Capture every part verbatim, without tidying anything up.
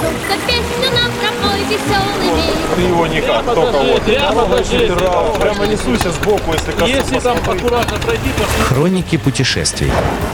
За песню нам пропой веселый век. Ты его никак, Прямо только даже, вот. прямо даже, Прямо, прямо несуйся сбоку, если коснусь. Если там аккуратно пройти, то... Хроники путешествий.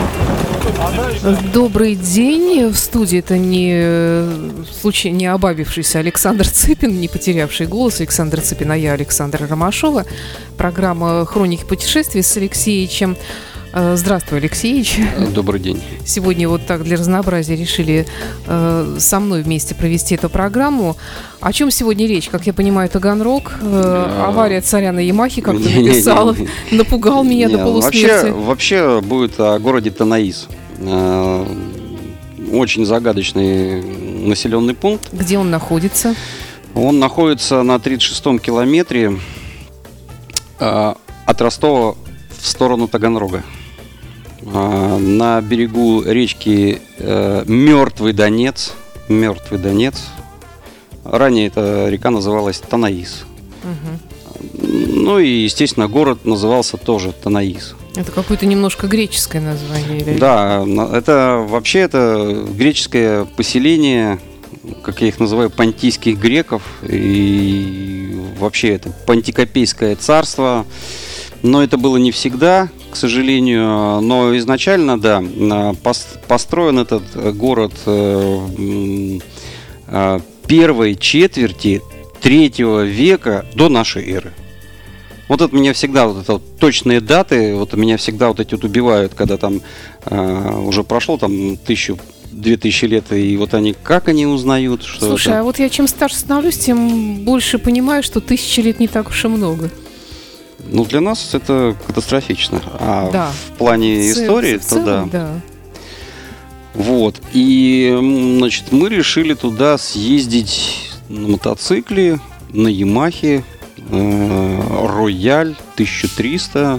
Добрый день. В студии это не случай, не обабившийся Александр Цыпин, не потерявший голос Александр Цыпин, а я, Александра Ромашова. Программа «Хроники путешествий» с Алексеевичем. Здравствуй, Алексеевич. Добрый день. Сегодня вот так для разнообразия решили э, со мной вместе провести эту программу. О чем сегодня речь? Как я понимаю, Таганрог, э, авария царя на Ямахе, как ты написал, напугал меня до полусмерти. Вообще будет о городе Танаис. Очень загадочный населенный пункт. Где он находится? Он находится на тридцать шестом километре от Ростова в сторону Таганрога. На берегу речки Мертвый Донец. Мертвый Донец. Ранее эта река называлась Танаис. Угу. Ну и, естественно, город назывался тоже Танаис. Это какое-то немножко греческое название. Или... Да, это вообще это греческое поселение, как я их называю, понтийских греков. И вообще это Пантикопейское царство. Но это было не всегда, к сожалению. Но изначально, да, построен этот город первой четверти третьего века до нашей эры. Вот это меня всегда, вот это вот точные даты, вот меня всегда вот эти вот убивают, когда там э, уже прошло там тысячу, две тысячи лет, и вот они, как они узнают, что Слушай, это... а вот я чем старше становлюсь, тем больше понимаю, что тысячи лет не так уж и много. Ну, для нас это катастрофично. А да. в плане в истории, в целом, то да. да. Вот. И, значит, мы решили туда съездить на мотоцикле, на Ямахе, Рояль тысяча триста.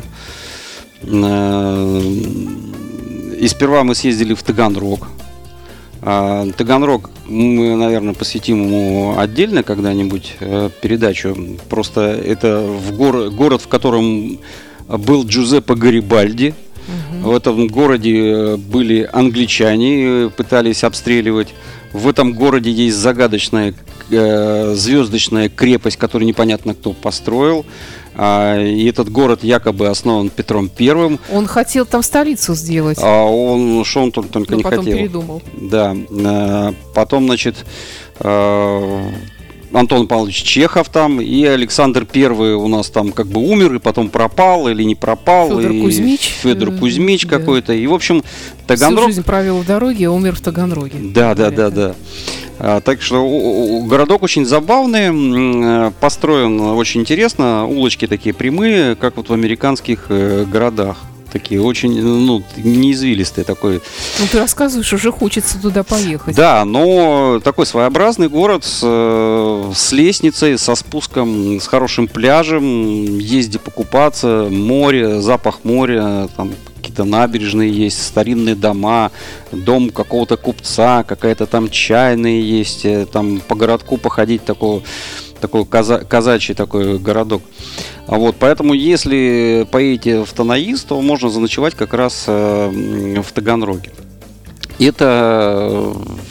И сперва мы съездили в Таганрог. Таганрог мы, наверное, посвятим ему отдельно когда-нибудь передачу. Просто это в горо- город, в котором был Джузеппе Гарибальди. Угу. В этом городе были англичане, пытались обстреливать. В этом городе есть загадочная э, звездочная крепость, которую непонятно кто построил. А, и этот город якобы основан Петром Первым. Он хотел там столицу сделать. А он, что он только, только Но не потом хотел. передумал. Да. А, потом, значит, а, Антон Павлович Чехов там, и Александр Первый у нас там как бы умер, и потом пропал, или не пропал. Федор и Кузьмич. Федор Кузьмич да. какой-то. И, в общем, Таганрог... Всю жизнь провел в дороге, а умер в Таганроге. Да, да, да, да. А, так что у, у, городок очень забавный, построен очень интересно, улочки такие прямые, как вот в американских э, городах. Такие очень, ну, неизвилистые такой. Ну, ты рассказываешь, уже хочется туда поехать. Да, но такой своеобразный город с, с лестницей, со спуском, с хорошим пляжем, езди покупаться, море, запах моря, там какие-то набережные есть, старинные дома, дом какого-то купца, какая-то там чайная есть, там по городку походить, такой, такой каза, казачий такой городок. А вот, поэтому, если поедете в Танаис, то можно заночевать как раз э, в Таганроге. Это,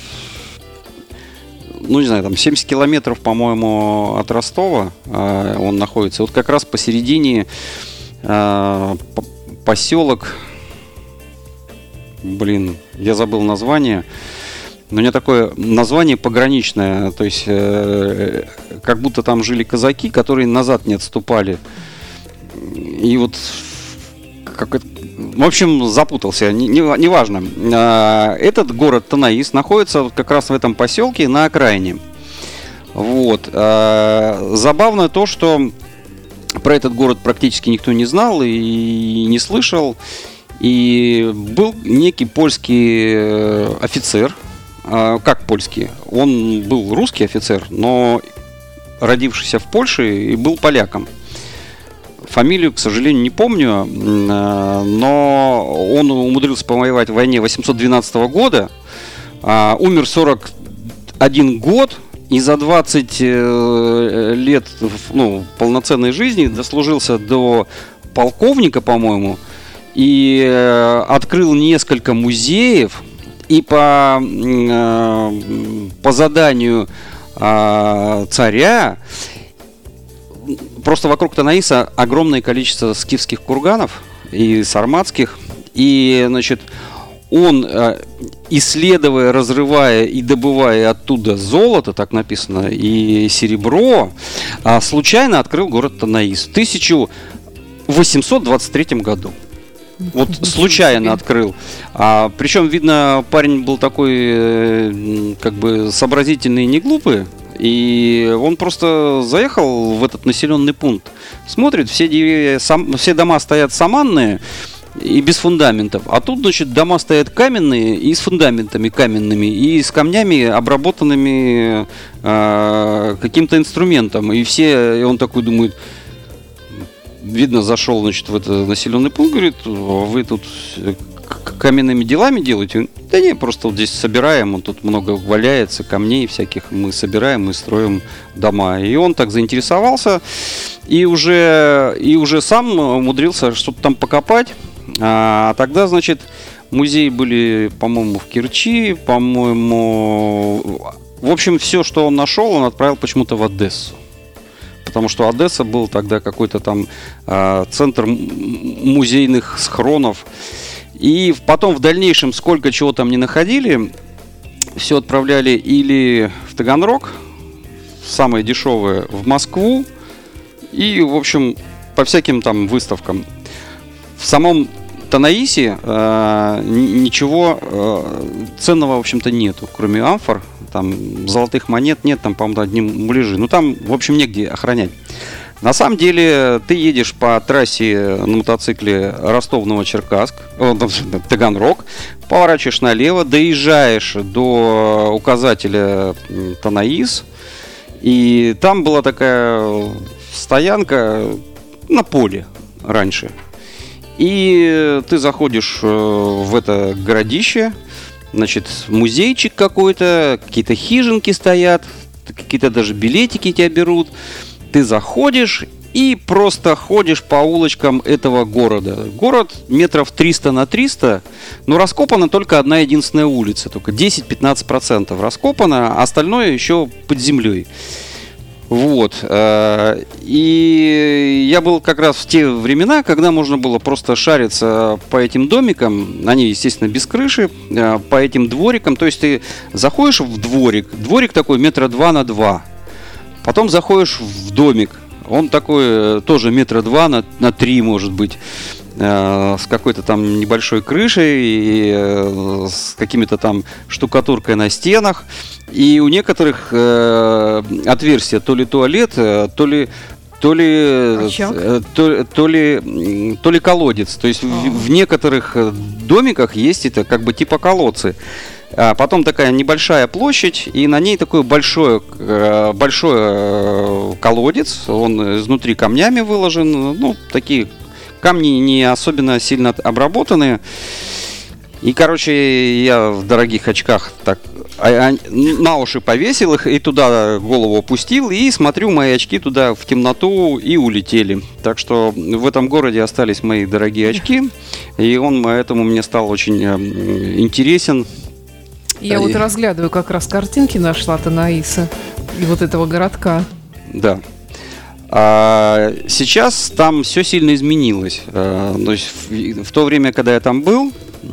ну не знаю, там семьдесят километров, по-моему, от Ростова э, он находится. Вот как раз посередине э, поселок, блин, я забыл название. Но у меня такое название пограничное, то есть э, как будто там жили казаки, которые назад не отступали. И вот, как это, в общем, запутался, не, не, не важно. Э, этот город Танаис находится как раз в этом поселке на окраине. Вот. Э, забавно то, что про этот город практически никто не знал и не слышал. И был некий польский офицер. Как польский? Он был русский офицер, но родившийся в Польше и был поляком. Фамилию, к сожалению, не помню, но он умудрился повоевать в войне восемьсот двенадцатого года, умер сорок один год и за двадцать лет, ну, полноценной жизни дослужился до полковника, по-моему, и открыл несколько музеев. и по, э, по заданию э, царя просто вокруг Танаиса огромное количество скифских курганов и сарматских. И, значит, он, э, исследуя, разрывая и добывая оттуда золото, так написано, и серебро, э, случайно открыл город Танаис в тысяча восемьсот двадцать третьем году. Вот случайно открыл. А, причем, видно, парень был такой, э, как бы сообразительный и не глупый. И он просто заехал в этот населенный пункт. Смотрит, все, деревья, сам, все дома стоят саманные и без фундаментов. А тут, значит, дома стоят каменные и с фундаментами каменными, и с камнями, обработанными э, каким-то инструментом. И все, и он такой думает... Видно, зашел, значит, в этот населенный пункт, говорит, вы тут каменными делами делаете? Да не, просто вот здесь собираем, вот тут много валяется, камней всяких, мы собираем и строим дома. И он так заинтересовался, и уже, и уже сам умудрился что-то там покопать. А тогда, значит, музеи были, по-моему, в Керчи, по-моему... В общем, все, что он нашел, он отправил почему-то в Одессу. Потому что Одесса был тогда какой-то там э, центр музейных схронов. И потом в дальнейшем, сколько чего там не находили, все отправляли или в Таганрог, самое дешевое, в Москву. И, в общем, по всяким там выставкам. В самом Танаисе э, ничего э, ценного, в общем-то, нету, кроме амфор. Там золотых монет нет, там, по-моему, одни муляжи. Ну, там, в общем, негде охранять. На самом деле, ты едешь по трассе на мотоцикле Ростов-Новочеркасск, э, Таганрог, поворачиваешь налево, доезжаешь до указателя Танаис, и там была такая стоянка на поле раньше. И ты заходишь в это городище, значит, музейчик какой-то, какие-то хижинки стоят, какие-то даже билетики тебя берут. Ты заходишь и просто ходишь по улочкам этого города. Город метров триста на триста, но раскопана только одна единственная улица, только десять-пятнадцать процентов раскопано, а остальное еще под землей. Вот. И я был как раз в те времена, когда можно было просто шариться по этим домикам. Они, естественно, без крыши, по этим дворикам. То есть ты заходишь в дворик, дворик такой метра два на два. Потом заходишь в домик, он такой тоже метра два на, на три, может быть, с какой-то там небольшой крышей и с какими-то там штукатуркой на стенах. И у некоторых э, отверстия то ли туалет, то ли то ли, э, то, то ли то ли колодец. То есть в, в некоторых домиках есть это как бы типа колодцы. А потом такая небольшая площадь, и на ней такой большой, большой колодец. Он изнутри камнями выложен. Ну, такие камни не особенно сильно обработанные. И, короче, я в дорогих очках так а, а, на уши повесил их и туда голову опустил. И смотрю, мои очки туда в темноту и улетели. Так что в этом городе остались мои дорогие очки. И он поэтому мне стал очень э, интересен. Я вот разглядываю, как раз картинки нашла Танаиса и вот этого городка. Да. А сейчас там все сильно изменилось. А, то есть в, в то время, когда я там был,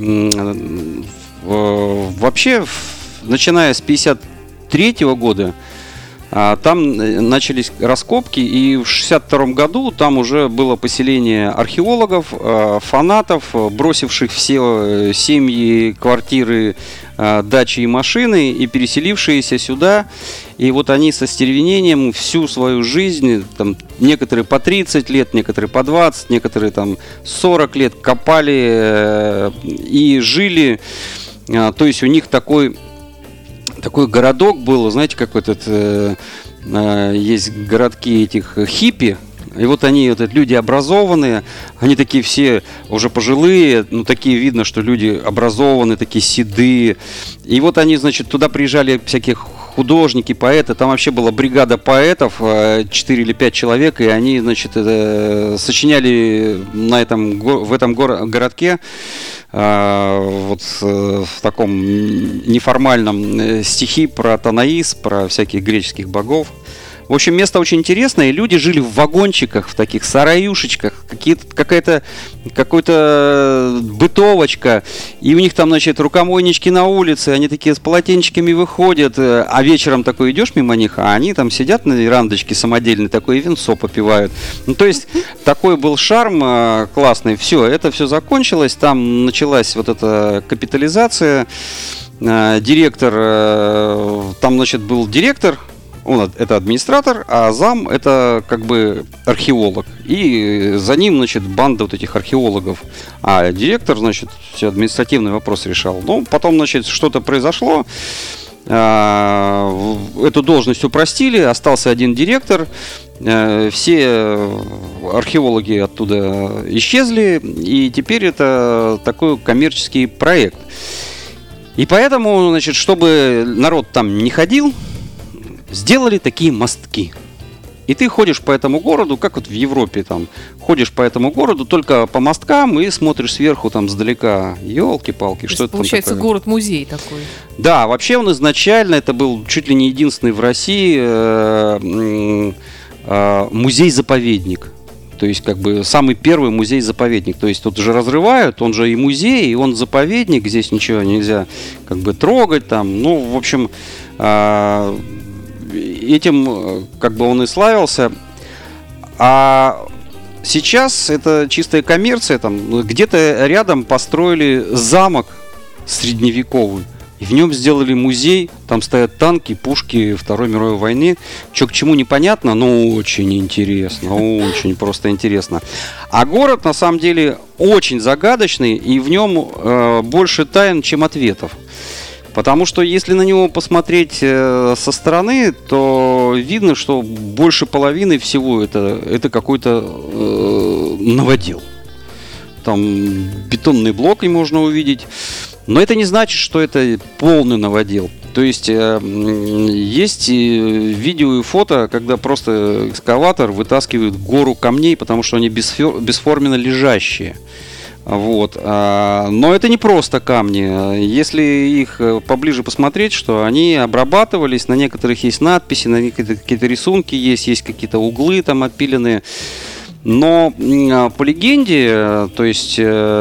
вообще, начиная с пятьдесят третьего года, там начались раскопки, и в шестьдесят втором году там уже было поселение археологов, фанатов, бросивших все семьи, квартиры, дачи и машины, и переселившиеся сюда. И вот они со стервенением всю свою жизнь, там, некоторые по тридцать лет, некоторые по двадцать, некоторые там сорок лет копали и жили. То есть у них такой... Такой городок был, знаете, как вот этот, э, э, есть городки этих хиппи, и вот они, вот эти люди образованные, они такие все уже пожилые, ну такие видно, что люди образованные, такие седые, и вот они, значит, туда приезжали всякие художники, поэты. Там вообще была бригада поэтов, четыре или пять человек, и они, значит, это, сочиняли на этом, в этом горо- городке вот в таком неформальном стихи про Танаис, про всяких греческих богов. В общем, место очень интересное, и люди жили в вагончиках, в таких сараюшечках, какие-то, какая-то, какой-то бытовочка, и у них там, значит, рукомойнички на улице, они такие с полотенчиками выходят, а вечером такой идешь мимо них, а они там сидят на верандочке самодельной, такое винцо попивают. Ну, то есть, такой был шарм классный. Все, это все закончилось, там началась вот эта капитализация, директор, там, значит, был директор, он это администратор, а зам это как бы археолог. И за ним, значит, банда вот этих археологов. А директор, значит, все административный вопрос решал. Ну, потом, значит, что-то произошло. Эту должность упростили, остался один директор. Все археологи оттуда исчезли. И теперь это такой коммерческий проект. И поэтому, значит, чтобы народ там не ходил, сделали такие мостки. И ты ходишь по этому городу, как вот в Европе там, ходишь по этому городу только по мосткам и смотришь сверху там сдалека. Ёлки-палки, что это получается там такое? Город-музей такой. Да, вообще он изначально, это был чуть ли не единственный в России э, э, музей-заповедник. То есть, как бы, самый первый музей-заповедник. То есть, тут же разрывают, он же и музей, и он заповедник. Здесь ничего нельзя, как бы, трогать там. Ну, в общем, э, этим, как бы, он и славился. А сейчас это чистая коммерция. Там где-то рядом построили замок средневековый. И в нем сделали музей. Там стоят танки, пушки Второй мировой войны. Что к чему непонятно, но очень интересно. Очень просто интересно. А город, на самом деле, очень загадочный. И в нем э, больше тайн, чем ответов. Потому что если на него посмотреть э, со стороны, то видно, что больше половины всего это, это какой-то э, новодел. Там бетонные блоки можно увидеть. Но это не значит, что это полный новодел. То есть э, есть видео и фото, когда просто экскаватор вытаскивает гору камней, потому что они бесфер, бесформенно лежащие. Вот. Но это не просто камни. Если их поближе посмотреть, что они обрабатывались, на некоторых есть надписи, на некоторых какие-то рисунки есть, есть какие-то углы там отпиленные. Но по легенде, то есть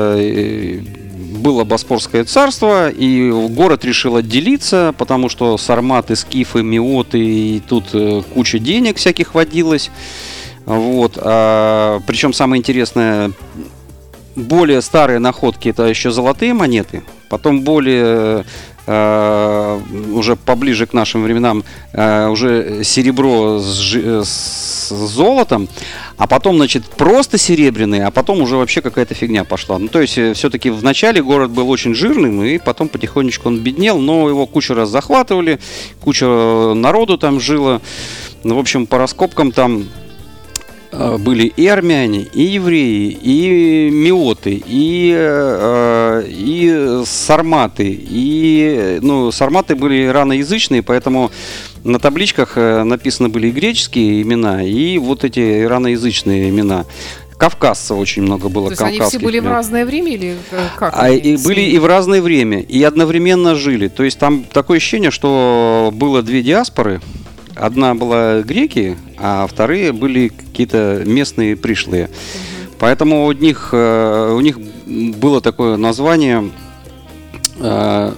было Боспорское царство, и город решил отделиться, потому что сарматы, скифы, миоты, и тут куча денег всяких водилось. Вот. А, причем самое интересное, более старые находки — это еще золотые монеты, потом более э, уже поближе к нашим временам э, уже серебро с, с золотом, а потом, значит, просто серебряные, а потом уже вообще какая-то фигня пошла. Ну, то есть, все-таки в начале город был очень жирным, и потом потихонечку он беднел, но его кучу раз захватывали, куча народу там жило. Ну, в общем, по раскопкам там были и армяне, и евреи, и миоты, и, э, и сарматы. И, ну, сарматы были ираноязычные, поэтому на табличках написаны были и греческие имена, и вот эти ираноязычные имена. Кавказцев очень много было. То есть они все были имен. в разное время или как? А, и были и в разное время, и одновременно жили. То есть там такое ощущение, что было две диаспоры. Одна была греки, а вторые были какие-то местные пришлые. Угу. Поэтому у них, у них было такое название э,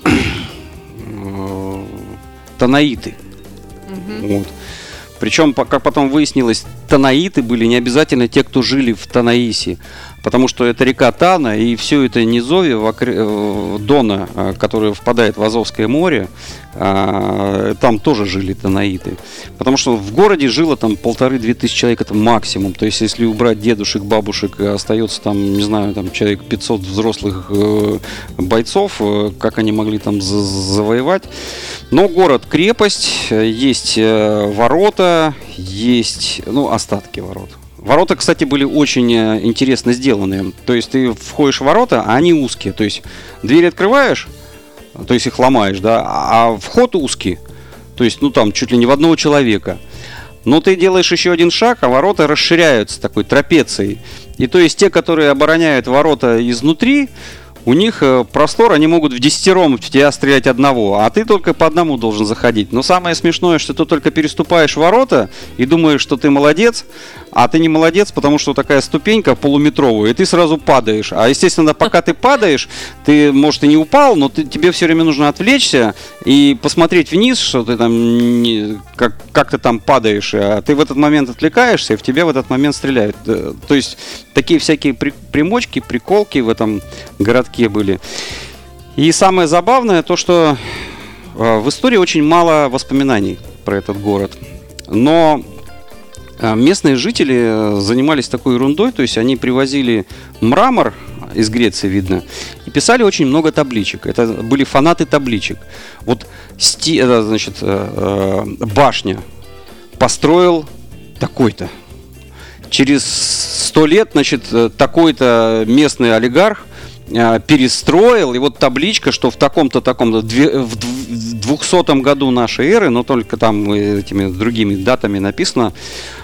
танаиты. Угу. Вот. Причем, как потом выяснилось, танаиты были не обязательно те, кто жили в Танаисе. Потому что это река Тана, и все это низовье Дона, которое впадает в Азовское море, там тоже жили танаиты. Потому что в городе жило там полторы-две тысячи человек, это максимум. То есть, если убрать дедушек, бабушек, остается там, не знаю, там человек пятьсот взрослых бойцов, как они могли там завоевать. Но город-крепость, есть ворота, есть, ну, остатки ворот. Ворота, кстати, были очень интересно сделаны. То есть ты входишь в ворота, а они узкие. То есть двери открываешь, то есть их ломаешь, да, а вход узкий. То есть, ну там, чуть ли не в одного человека. Но ты делаешь еще один шаг, а ворота расширяются такой трапецией. И то есть те, которые обороняют ворота изнутри, у них простор, они могут в десятером в тебя стрелять одного, а ты только по одному должен заходить. Но самое смешное, что ты только переступаешь ворота и думаешь, что ты молодец, а ты не молодец, потому что такая ступенька полуметровая, и ты сразу падаешь. А, естественно, пока ты падаешь, ты, может, и не упал, но ты, тебе все время нужно отвлечься и посмотреть вниз, что ты там, не, как, как ты там падаешь. А ты в этот момент отвлекаешься, и в тебя в этот момент стреляют. То есть такие всякие при, примочки, приколки в этом городке были. И самое забавное то, что э, в истории очень мало воспоминаний про этот город. Но э, местные жители занимались такой ерундой, то есть они привозили мрамор из Греции, видно, и писали очень много табличек. Это были фанаты табличек. Вот сти, это, значит, э, э, башня построил такой-то. Через сто лет, значит, такой-то местный олигарх перестроил, и вот табличка, что в таком-то, таком-то, в двухсотом году нашей эры, но только там этими другими датами написано,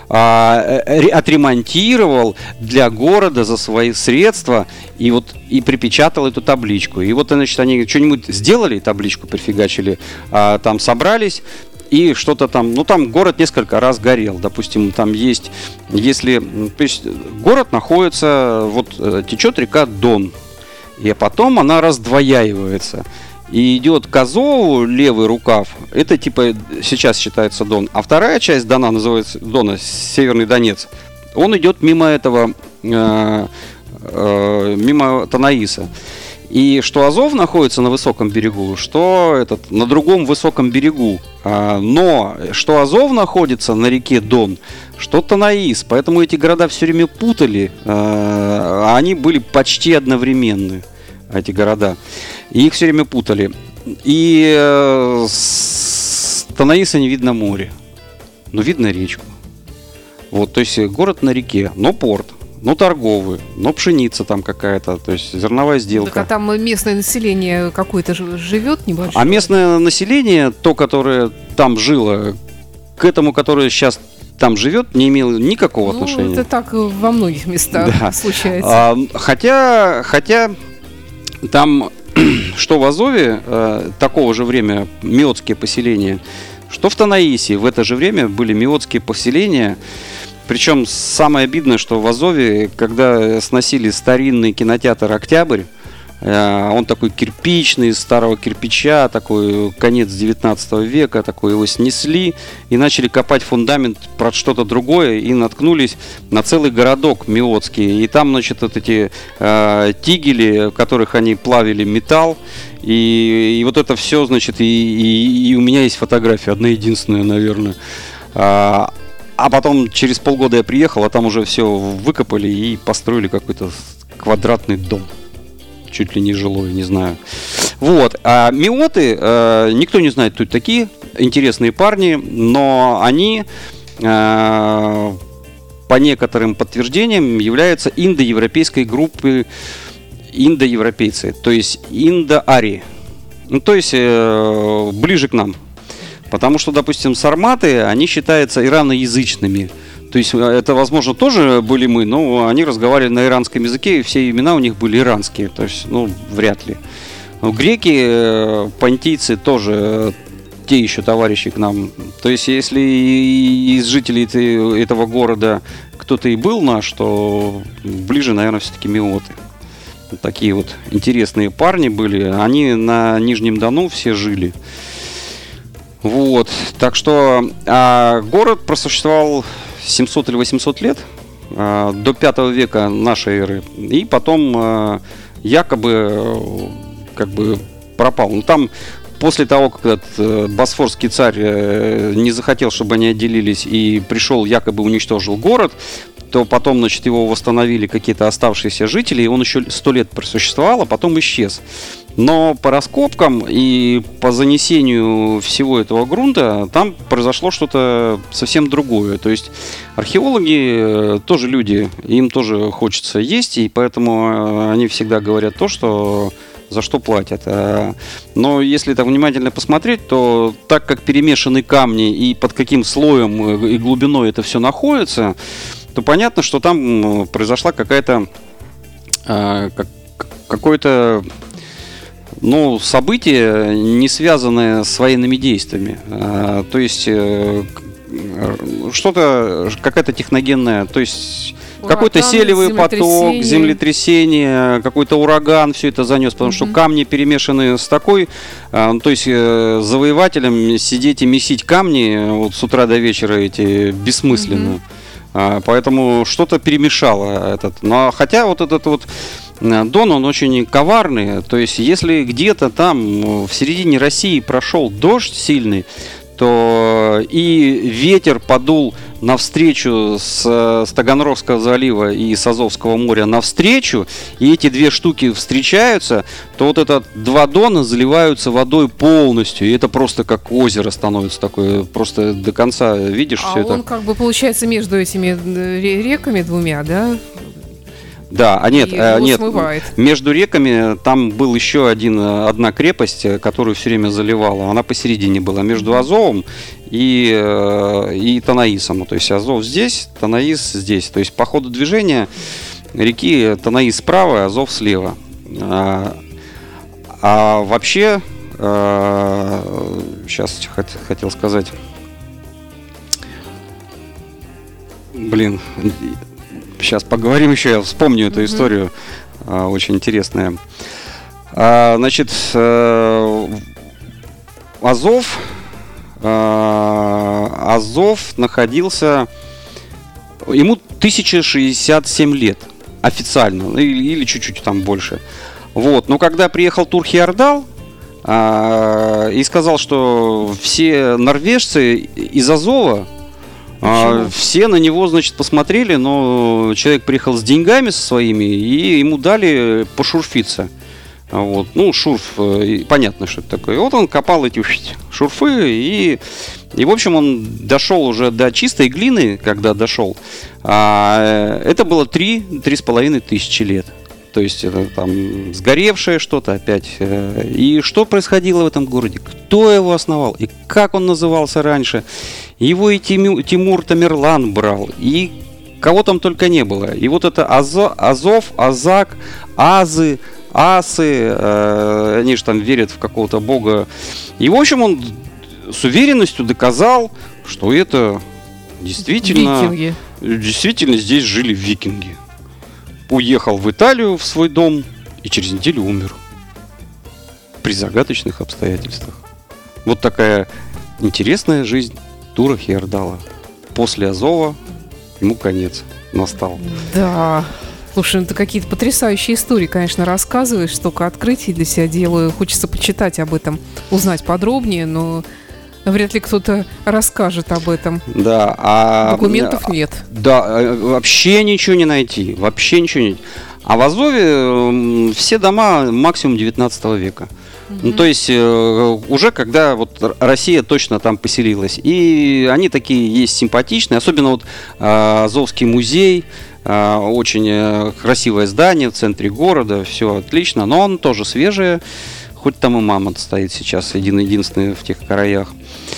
отремонтировал для города за свои средства и вот и припечатал эту табличку. И вот, значит, они что-нибудь сделали, табличку прифигачили, там собрались, и что-то там, ну там город несколько раз горел, допустим, там есть, если, то есть город находится, вот течет река Дон, и потом она раздвояивается. И идет к Азову левый рукав, это типа сейчас считается Дон. А вторая часть Дона называется Дона, Северный Донец. Он идет мимо этого, э, э, мимо Танаиса. И что Азов находится на высоком берегу, что этот на другом высоком берегу. А, но что Азов находится на реке Дон, что Танаис. Поэтому эти города все время путали. А они были почти одновременны, эти города. И их все время путали. И э, с Танаиса не видно море, но видно речку. Вот, то есть город на реке, но порт. Ну, торговый, но пшеница там какая-то, то есть зерновая сделка. Так, а там местное население какое-то живет небольшое? А местное население, то, которое там жило, к этому, которое сейчас там живет, не имело никакого ну, отношения. Это так во многих местах да. случается. А, хотя, хотя там, что в Азове, э, такого же время миотские поселения, что в Танаисе в это же время были миотские поселения. Причем самое обидное, что в Азове, когда сносили старинный кинотеатр «Октябрь», он такой кирпичный, из старого кирпича, такой конец девятнадцатого века, такой его снесли и начали копать фундамент под что-то другое и наткнулись на целый городок миотский. И там, значит, вот эти э, тигели, в которых они плавили металл, и, и вот это все, значит, и, и, и у меня есть фотография, одна единственная, наверное. А потом через полгода я приехал, а там уже все выкопали и построили какой-то квадратный дом. Чуть ли не жилой, не знаю. Вот. А миоты, э, никто не знает, кто это такие. Интересные парни, но они, э, по некоторым подтверждениям, являются индоевропейской группой индоевропейцы. То есть индоарии. Ну, то есть э, ближе к нам. Потому что, допустим, сарматы, они считаются ираноязычными. То есть это, возможно, тоже были мы, но они разговаривали на иранском языке, и все имена у них были иранские. То есть, ну, вряд ли. Но греки, понтийцы тоже те еще товарищи к нам. То есть, если из жителей этого города кто-то и был наш, то ближе, наверное, все-таки миоты. Вот такие вот интересные парни были. Они на Нижнем Дону все жили. Вот, так что а, город просуществовал семьсот или восемьсот лет, а, до пятого века нашей эры, и потом а, якобы а, как бы пропал. Ну, там после того, как этот босфорский царь а, не захотел, чтобы они отделились, и пришел, якобы уничтожил город, то потом, значит, его восстановили какие-то оставшиеся жители, и он еще сто лет просуществовал, а потом исчез. Но по раскопкам и по занесению всего этого грунта там произошло что-то совсем другое. То есть археологи тоже люди, им тоже хочется есть, и поэтому они всегда говорят то, что за что платят. А, но если так внимательно посмотреть, то так как перемешаны камни и под каким слоем и глубиной это все находится, то понятно, что там произошла какая-то а, как, какое-то ну, событие, не связанное с военными действиями. А, то есть э, что-то, какая-то техногенная, то есть ураган, какой-то селевый поток, землетрясение, какой-то ураган все это занес, потому mm-hmm. что камни перемешаны с такой, а, то есть э, завоевателям сидеть и месить камни вот, с утра до вечера эти бессмысленно. Mm-hmm. А, поэтому что-то перемешало этот. Но хотя вот этот вот Дон, он очень коварный, то есть если где-то там в середине России прошел дождь сильный, то и ветер подул навстречу с, с Таганрогского залива и с Азовского моря навстречу, и эти две штуки встречаются, то вот это два Дона заливаются водой полностью, и это просто как озеро становится такое, просто до конца видишь а все это. А он как бы получается между этими реками двумя, да? Да, а нет, а, нет, смывает. Между реками там был еще один, одна крепость, которую все время заливала. Она посередине была, между Азовом и, и Танаисом. То есть Азов здесь, Танаис здесь. То есть по ходу движения реки Танаис справа, Азов слева. А, а вообще, а, сейчас хотел сказать, блин... Сейчас поговорим еще, я вспомню эту mm-hmm. историю, а, очень интересная. А, значит, а, Азов, а, Азов находился, ему тысяча шестьдесят семь лет официально, или, или чуть-чуть там больше. Вот, но когда приехал Тур-Хейердал а, и сказал, что все норвежцы из Азова, А, все на него, значит, посмотрели, но человек приехал с деньгами со своими, и ему дали пошурфиться. Вот. Ну, шурф, понятно, что это такое. И вот он копал эти шурфы, и, и в общем, он дошел уже до чистой глины, когда дошел. А, это было три, три с половиной тысячи лет. То есть это там сгоревшее что-то опять. И что происходило в этом городе? Кто его основал? И как он назывался раньше? Его и Тимур Тамерлан брал. И кого там только не было. И вот это Азо, Азов, Азак, Азы, Асы. Э, они же там верят в какого-то бога. И в общем он с уверенностью доказал, что это действительно... Викинги. Действительно здесь жили викинги. Уехал в Италию в свой дом и через неделю умер. При загадочных обстоятельствах. Вот такая интересная жизнь Тура Хейердала. После Азова ему конец настал. Да. Слушай, ну ты какие-то потрясающие истории, конечно, рассказываешь. Столько открытий для себя делаю. Хочется почитать об этом, узнать подробнее, но... Вряд ли кто-то расскажет об этом. Да, а... Документов нет. Да, вообще ничего не найти. Вообще ничего не найти. А в Азове все дома максимум девятнадцатого века. Mm-hmm. Ну, то есть уже когда вот Россия точно там поселилась. И они такие есть симпатичные. Особенно вот Азовский музей. Очень красивое здание в центре города. Все отлично. Но он тоже свежее. Хоть там и мамонт стоит сейчас, един-единственный в тех краях,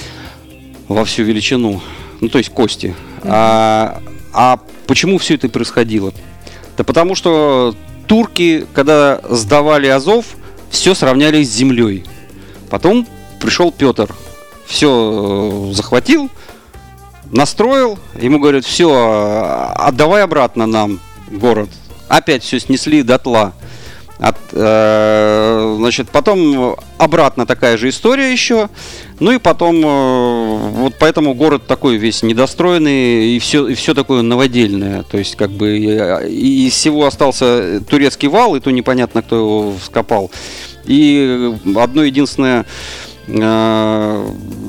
во всю величину. Ну, то есть кости. Mm-hmm. А, а почему все это происходило? Да потому что турки, когда сдавали Азов, все сравняли с землей. Потом пришел Петр, все захватил, настроил. Ему говорят, все, отдавай обратно нам город. Опять все снесли дотла. От, э, значит, потом обратно такая же история еще. Ну и потом, э, вот поэтому город такой весь недостроенный и все, и все такое новодельное. То есть, как бы, и, и из всего остался турецкий вал, и то непонятно, кто его вскопал. И одно единственное э,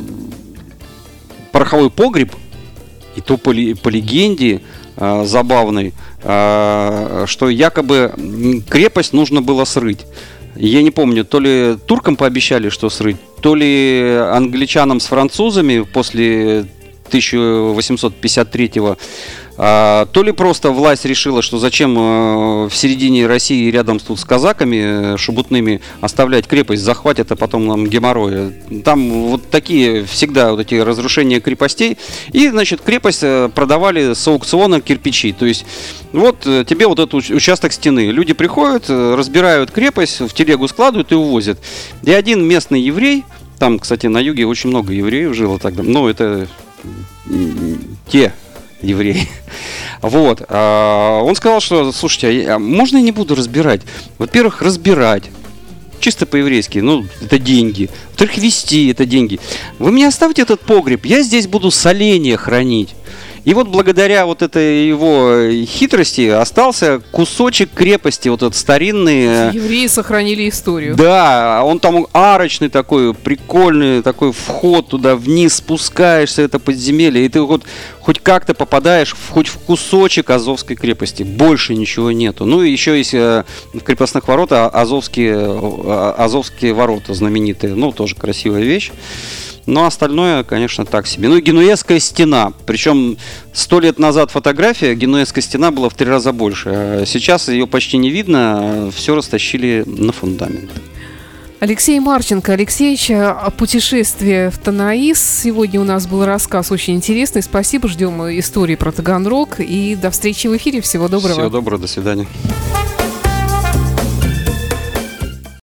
пороховой погреб, и то по, по легенде э, забавной, что якобы крепость нужно было срыть. Я не помню, то ли туркам пообещали, что срыть, то ли англичанам с французами после тысяча восемьсот пятьдесят третьего А, то ли просто власть решила, что зачем э, в середине России рядом тут с казаками э, шебутными оставлять крепость, захватят, а потом нам геморрой. Там вот такие всегда вот эти разрушения крепостей. И, значит, крепость э, продавали с аукциона кирпичи. То есть вот э, тебе вот этот участок стены. Люди приходят, э, разбирают крепость, в телегу складывают и увозят. И один местный еврей, там, кстати, на юге очень много евреев жило тогда, но это те евреи. Вот. Он сказал, что, слушайте, а можно я не буду разбирать? Во-первых, разбирать. Чисто по-еврейски, ну, это деньги. Во-вторых, вести это деньги. Вы мне оставьте этот погреб, я здесь буду соленья хранить. И вот благодаря вот этой его хитрости остался кусочек крепости, вот этот старинный. Евреи сохранили историю. Да, он там арочный такой, прикольный такой вход туда вниз, спускаешься, это подземелье, и ты вот хоть как-то попадаешь в, хоть в кусочек Азовской крепости. Больше ничего нету. Ну и еще есть э, в крепостных воротах Азовские, э, Азовские ворота знаменитые. Ну, тоже красивая вещь. Но остальное, конечно, так себе. Ну и Генуэзская стена. Причем сто лет назад фотография, Генуэзская стена была в три раза больше. А сейчас ее почти не видно, все растащили на фундамент. Алексей Марченко. Алексеевич, о путешествии в Танаис. Сегодня у нас был рассказ очень интересный. Спасибо, ждем истории про Таганрог. И до встречи в эфире. Всего доброго. Всего доброго, до свидания.